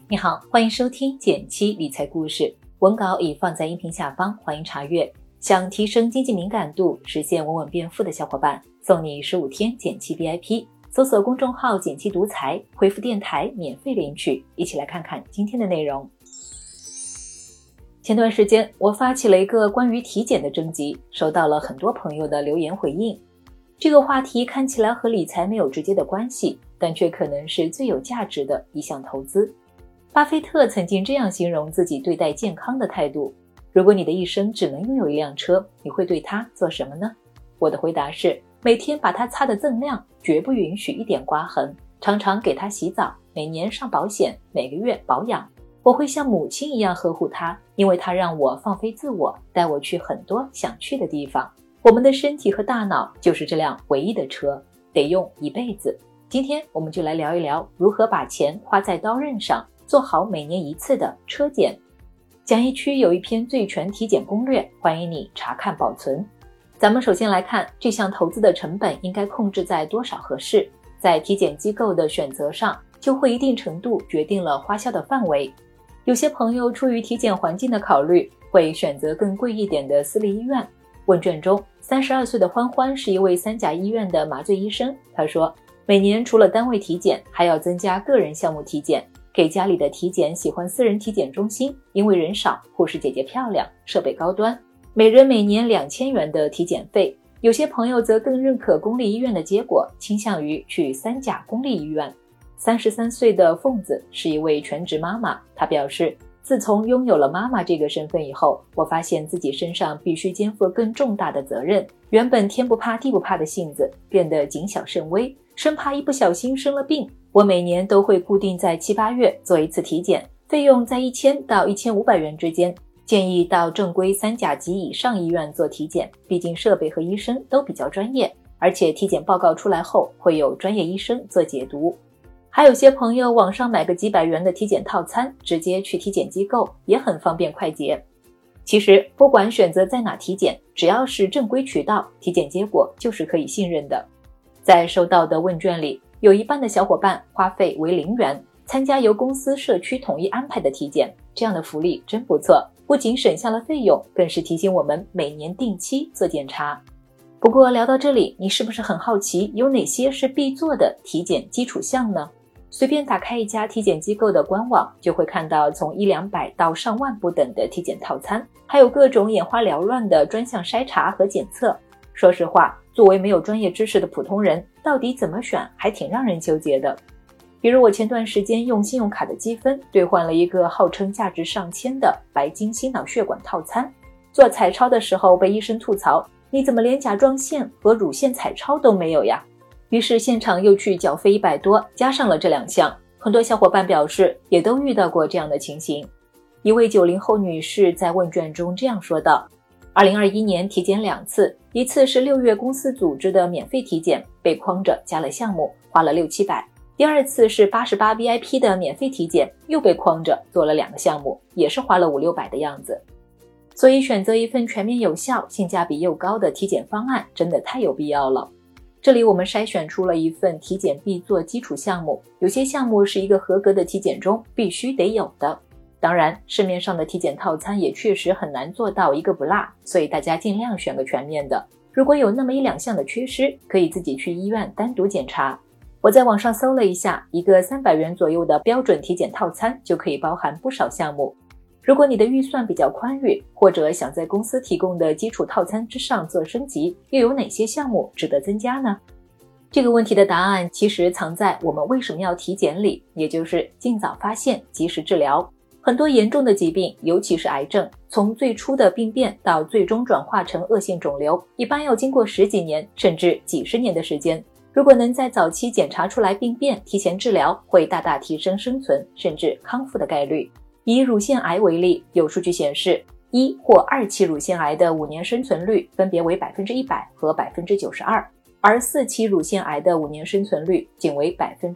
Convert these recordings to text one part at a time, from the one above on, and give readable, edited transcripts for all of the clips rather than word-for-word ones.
你好，欢迎收听减七理财故事，文稿已放在音频下方，欢迎查阅。想提升经济敏感度，实现稳稳变富的小伙伴，送你15天减七 VIP， 搜索公众号减七独裁，回复电台免费领取。一起来看看今天的内容。前段时间我发起了一个关于体检的征集，收到了很多朋友的留言回应。这个话题看起来和理财没有直接的关系，但却可能是最有价值的一项投资。巴菲特曾经这样形容自己对待健康的态度：如果你的一生只能拥有一辆车，你会对它做什么呢？我的回答是，每天把它擦得锃亮，绝不允许一点刮痕，常常给它洗澡，每年上保险，每个月保养。我会像母亲一样呵护它，因为它让我放飞自我，带我去很多想去的地方。我们的身体和大脑就是这辆唯一的车，得用一辈子。今天我们就来聊一聊如何把钱花在刀刃上，做好每年一次的车检。讲义区有一篇最全体检攻略，欢迎你查看保存。咱们首先来看这项投资的成本应该控制在多少合适，在体检机构的选择上，就会一定程度决定了花销的范围。有些朋友出于体检环境的考虑，会选择更贵一点的私立医院。问卷中，32岁的欢欢是一位3甲医院的麻醉医生，他说，每年除了单位体检，还要增加个人项目体检。给家里的体检喜欢私人体检中心，因为人少，护士姐姐漂亮，设备高端，每人每年2000元的体检费。有些朋友则更认可公立医院的结果，倾向于去3甲公立医院。33岁的凤子是一位全职妈妈，她表示，自从拥有了妈妈这个身份以后，我发现自己身上必须肩负更重大的责任，原本天不怕地不怕的性子变得谨小慎微，生怕一不小心生了病。我每年都会固定在7、8月做一次体检，费用在1000到1500元之间，建议到正规3甲级以上医院做体检，毕竟设备和医生都比较专业，而且体检报告出来后会有专业医生做解读。还有些朋友网上买个几百元的体检套餐，直接去体检机构，也很方便快捷。其实不管选择在哪体检，只要是正规渠道，体检结果就是可以信任的。在收到的问卷里，有一半的小伙伴花费为0元，参加由公司社区统一安排的体检，这样的福利真不错，不仅省下了费用，更是提醒我们每年定期做检查。不过聊到这里，你是不是很好奇有哪些是必做的体检基础项呢？随便打开一家体检机构的官网，就会看到从100-200到上万不等的体检套餐，还有各种眼花缭乱的专项筛查和检测。说实话，作为没有专业知识的普通人，到底怎么选还挺让人纠结的。比如我前段时间用信用卡的积分兑换了一个号称价值上千的白金心脑血管套餐，做彩超的时候被医生吐槽，你怎么连甲状腺和乳腺彩超都没有呀？于是现场又去缴费100多，加上了这2项。很多小伙伴表示也都遇到过这样的情形。一位90后女士在问卷中这样说道：2021年体检2次，一次是6月公司组织的免费体检，被框着加了项目，花了600-700。第二次是88 VIP 的免费体检，又被框着做了2个项目，也是花了500-600的样子。所以选择一份全面有效、性价比又高的体检方案真的太有必要了。这里我们筛选出了一份体检必做基础项目，有些项目是一个合格的体检中必须得有的。当然，市面上的体检套餐也确实很难做到一个不落，所以大家尽量选个全面的。如果有那么1-2项的缺失，可以自己去医院单独检查。我在网上搜了一下，一个300元左右的标准体检套餐就可以包含不少项目。如果你的预算比较宽裕，或者想在公司提供的基础套餐之上做升级，又有哪些项目值得增加呢？这个问题的答案其实藏在我们为什么要体检里，也就是尽早发现，及时治疗。很多严重的疾病，尤其是癌症，从最初的病变到最终转化成恶性肿瘤，一般要经过10几年甚至几十年的时间。如果能在早期检查出来病变，提前治疗，会大大提升生存甚至康复的概率。以乳腺癌为例，有数据显示，1或2期乳腺癌的5年生存率分别为100%和92%，而4期乳腺癌的5年生存率仅为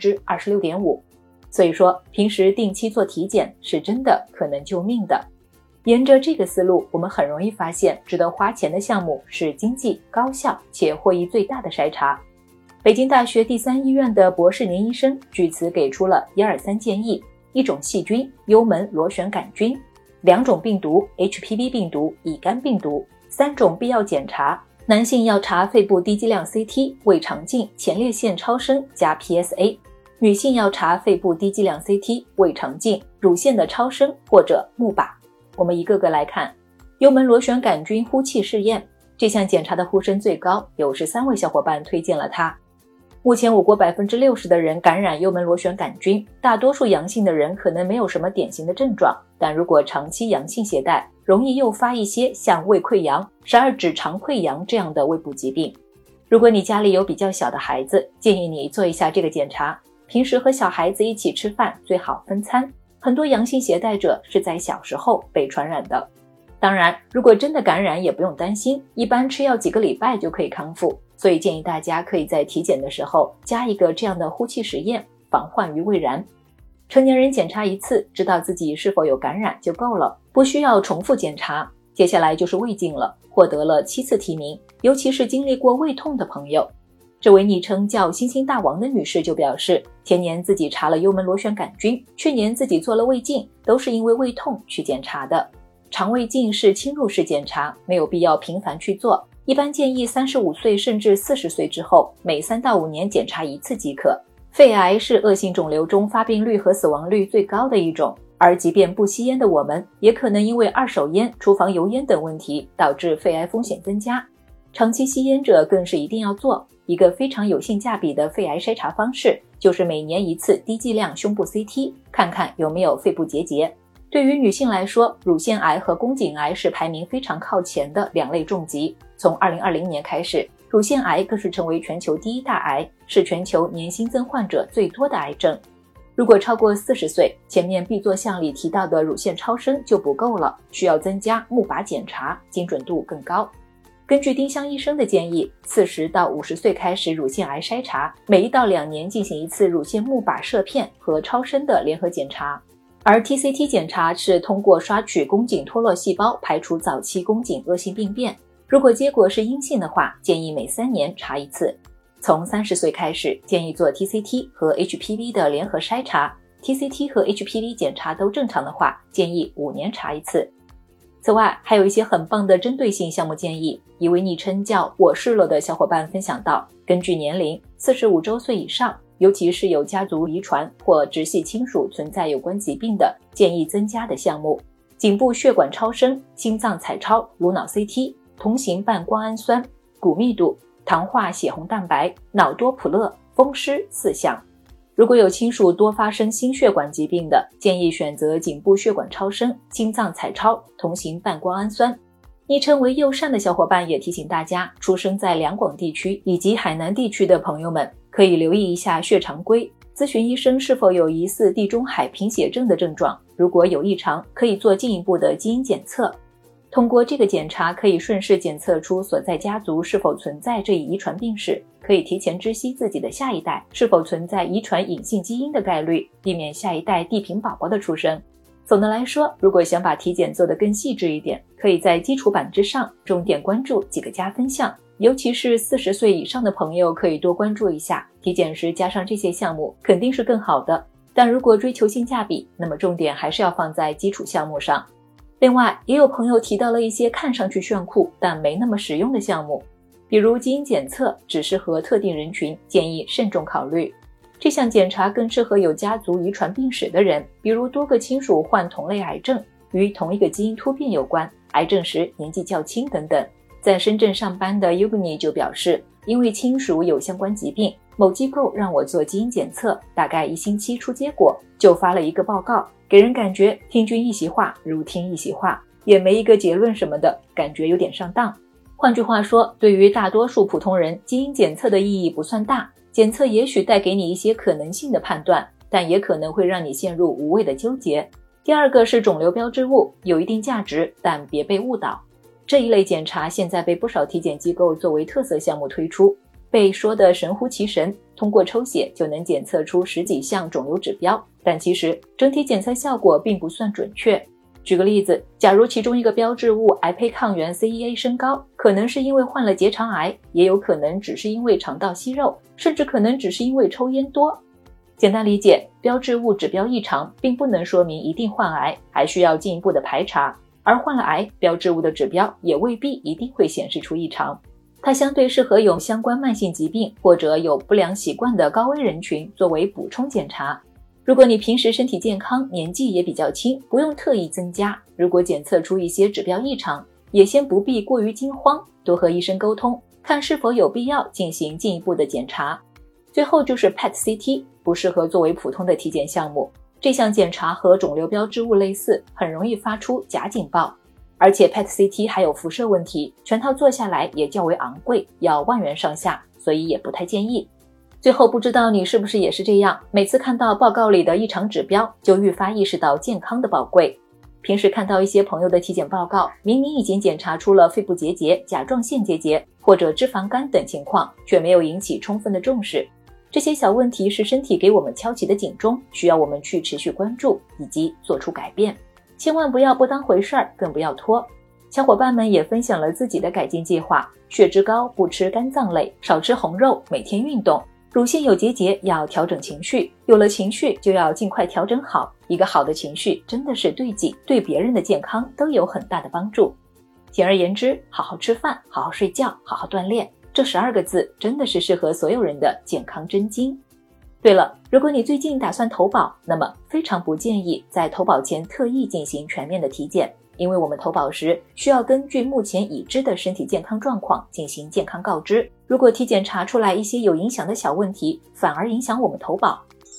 26.5%。所以说，平时定期做体检是真的可能救命的。沿着这个思路，我们很容易发现值得花钱的项目是经济、高效且获益最大的筛查。北京大学第3医院的博士年医生据此给出了1、2、3建议。 一种细菌幽门螺旋杆菌，2种病毒 HPV 病毒、乙肝病毒，3种必要检查。男性要查肺部低剂量 CT、胃肠镜、前列腺超声加 PSA， 女性要查肺部低剂量 CT、胃肠镜、乳腺的超声或者钼靶。我们一个个来看。幽门螺旋杆菌呼气试验，这项检查的呼声最高，有13位小伙伴推荐了它。目前我国 60% 的人感染幽门螺旋杆菌，大多数阳性的人可能没有什么典型的症状，但如果长期阳性携带，容易诱发一些像胃溃疡、12指肠溃疡这样的胃部疾病。如果你家里有比较小的孩子，建议你做一下这个检查。平时和小孩子一起吃饭，最好分餐。很多阳性携带者是在小时候被传染的。当然，如果真的感染也不用担心，一般吃药几个礼拜就可以康复，所以建议大家可以在体检的时候加一个这样的呼气实验，防患于未然。成年人检查一次，知道自己是否有感染就够了，不需要重复检查。接下来就是胃镜了，获得了7次提名，尤其是经历过胃痛的朋友。这位昵称叫星星大王的女士就表示，前年自己查了幽门螺旋杆菌，去年自己做了胃镜，都是因为胃痛去检查的。肠胃镜是侵入式检查，没有必要频繁去做，一般建议35岁甚至40岁之后，每3到5年检查一次即可。肺癌是恶性肿瘤中发病率和死亡率最高的一种，而即便不吸烟的我们，也可能因为二手烟、厨房油烟等问题，导致肺癌风险增加。长期吸烟者更是一定要做。一个非常有性价比的肺癌筛查方式，就是每年1次低剂量胸部 CT， 看看有没有肺部结节。对于女性来说，乳腺癌和宫颈癌是排名非常靠前的2类重疾。从2020年开始，乳腺癌更是成为全球第1大癌，是全球年新增患者最多的癌症。如果超过40岁，前面 B 座项里提到的乳腺超声就不够了，需要增加钼靶检查，精准度更高。根据丁香医生的建议，40到50岁开始乳腺癌筛查，每1到2年进行1次乳腺钼靶射片和超声的联合检查。而 TCT 检查是通过刷取宫颈脱落细胞排除早期宫颈恶性病变，如果结果是阴性的话，建议每3年查1次。从30岁开始，建议做 TCT 和 HPV 的联合筛查， TCT 和 HPV 检查都正常的话，建议5年查1次。此外，还有一些很棒的针对性项目建议。一位昵称叫我试了的小伙伴分享到，根据年龄，45周岁以上，尤其是有家族遗传或直系亲属存在有关疾病的，建议增加的项目：颈部血管超声、心脏彩超、颅脑 CT、同型半胱氨酸、骨密度、糖化血红蛋白、脑多普勒、风湿4项。如果有亲属多发生心血管疾病的，建议选择颈部血管超声、心脏彩超、同型半胱氨酸。昵称为右善的小伙伴也提醒大家，出生在两广地区以及海南地区的朋友们，可以留意一下血常规，咨询医生是否有疑似地中海贫血症的症状，如果有异常，可以做进一步的基因检测。通过这个检查，可以顺势检测出所在家族是否存在这一遗传病史，可以提前知悉自己的下一代是否存在遗传隐性基因的概率，避免下一代地贫宝宝的出生。总的来说，如果想把体检做得更细致一点，可以在基础版之上重点关注几个加分项，尤其是40岁以上的朋友可以多关注一下，体检时加上这些项目肯定是更好的。但如果追求性价比，那么重点还是要放在基础项目上。另外，也有朋友提到了一些看上去炫酷但没那么实用的项目，比如基因检测只适合特定人群，建议慎重考虑。这项检查更适合有家族遗传病史的人，比如多个亲属患同类癌症，与同一个基因突变有关，癌症时年纪较轻等等。在深圳上班的 Yugni 就表示，因为亲属有相关疾病，某机构让我做基因检测，大概1星期出结果，就发了一个报告，给人感觉听君一席话，如听一席话，也没一个结论什么的，感觉有点上当。换句话说，对于大多数普通人，基因检测的意义不算大，检测也许带给你一些可能性的判断，但也可能会让你陷入无谓的纠结。第二个是肿瘤标志物，有一定价值，但别被误导。这一类检查现在被不少体检机构作为特色项目推出，被说的神乎其神，通过抽血就能检测出10几项肿瘤指标，但其实整体检测效果并不算准确。举个例子，假如其中一个标志物癌胚抗原 CEA 升高，可能是因为患了结肠癌，也有可能只是因为肠道息肉，甚至可能只是因为抽烟多。 简单理解，标志物指标异常并不能说明一定患癌，还需要进一步的排查。而患了癌，标志物的指标也未必一定会显示出异常。它相对适合有相关慢性疾病或者有不良习惯的高危人群作为补充检查。如果你平时身体健康，年纪也比较轻，不用特意增加。如果检测出一些指标异常，也先不必过于惊慌，多和医生沟通，看是否有必要进行进一步的检查。最后就是 PET CT， 不适合作为普通的体检项目。这项检查和肿瘤标志物类似，很容易发出假警报。而且 PET CT 还有辐射问题，全套做下来也较为昂贵，要1万元上下，所以也不太建议。最后不知道你是不是也是这样，每次看到报告里的异常指标，就愈发意识到健康的宝贵。平时看到一些朋友的体检报告，明明已经检查出了肺部结节、甲状腺结节或者脂肪肝等情况，却没有引起充分的重视。这些小问题是身体给我们敲起的警钟，需要我们去持续关注以及做出改变。千万不要不当回事儿，更不要拖。小伙伴们也分享了自己的改进计划：血脂高不吃肝脏类，少吃红肉，每天运动。乳腺有结节要调整情绪，有了情绪就要尽快调整好。一个好的情绪真的是对己对别人的健康都有很大的帮助。简而言之，好好吃饭，好好睡觉，好好锻炼，这12个字真的是适合所有人的健康真经。对了，如果你最近打算投保，那么非常不建议在投保前特意进行全面的体检，因为我们投保时需要根据目前已知的身体健康状况进行健康告知。如果体检查出来一些有影响的小问题，反而影响我们投保。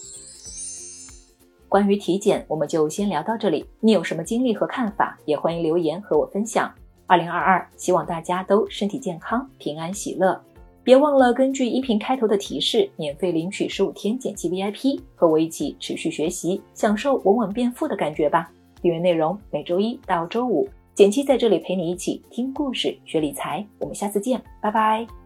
关于体检，我们就先聊到这里。你有什么经历和看法，也欢迎留言和我分享。2022，希望大家都身体健康，平安喜乐。别忘了根据音频开头的提示，免费领取15天减气 VIP， 和我一起持续学习，享受稳稳变富的感觉吧。订阅内容每周1到周5，减气在这里陪你一起听故事、学理财。我们下次见，拜拜。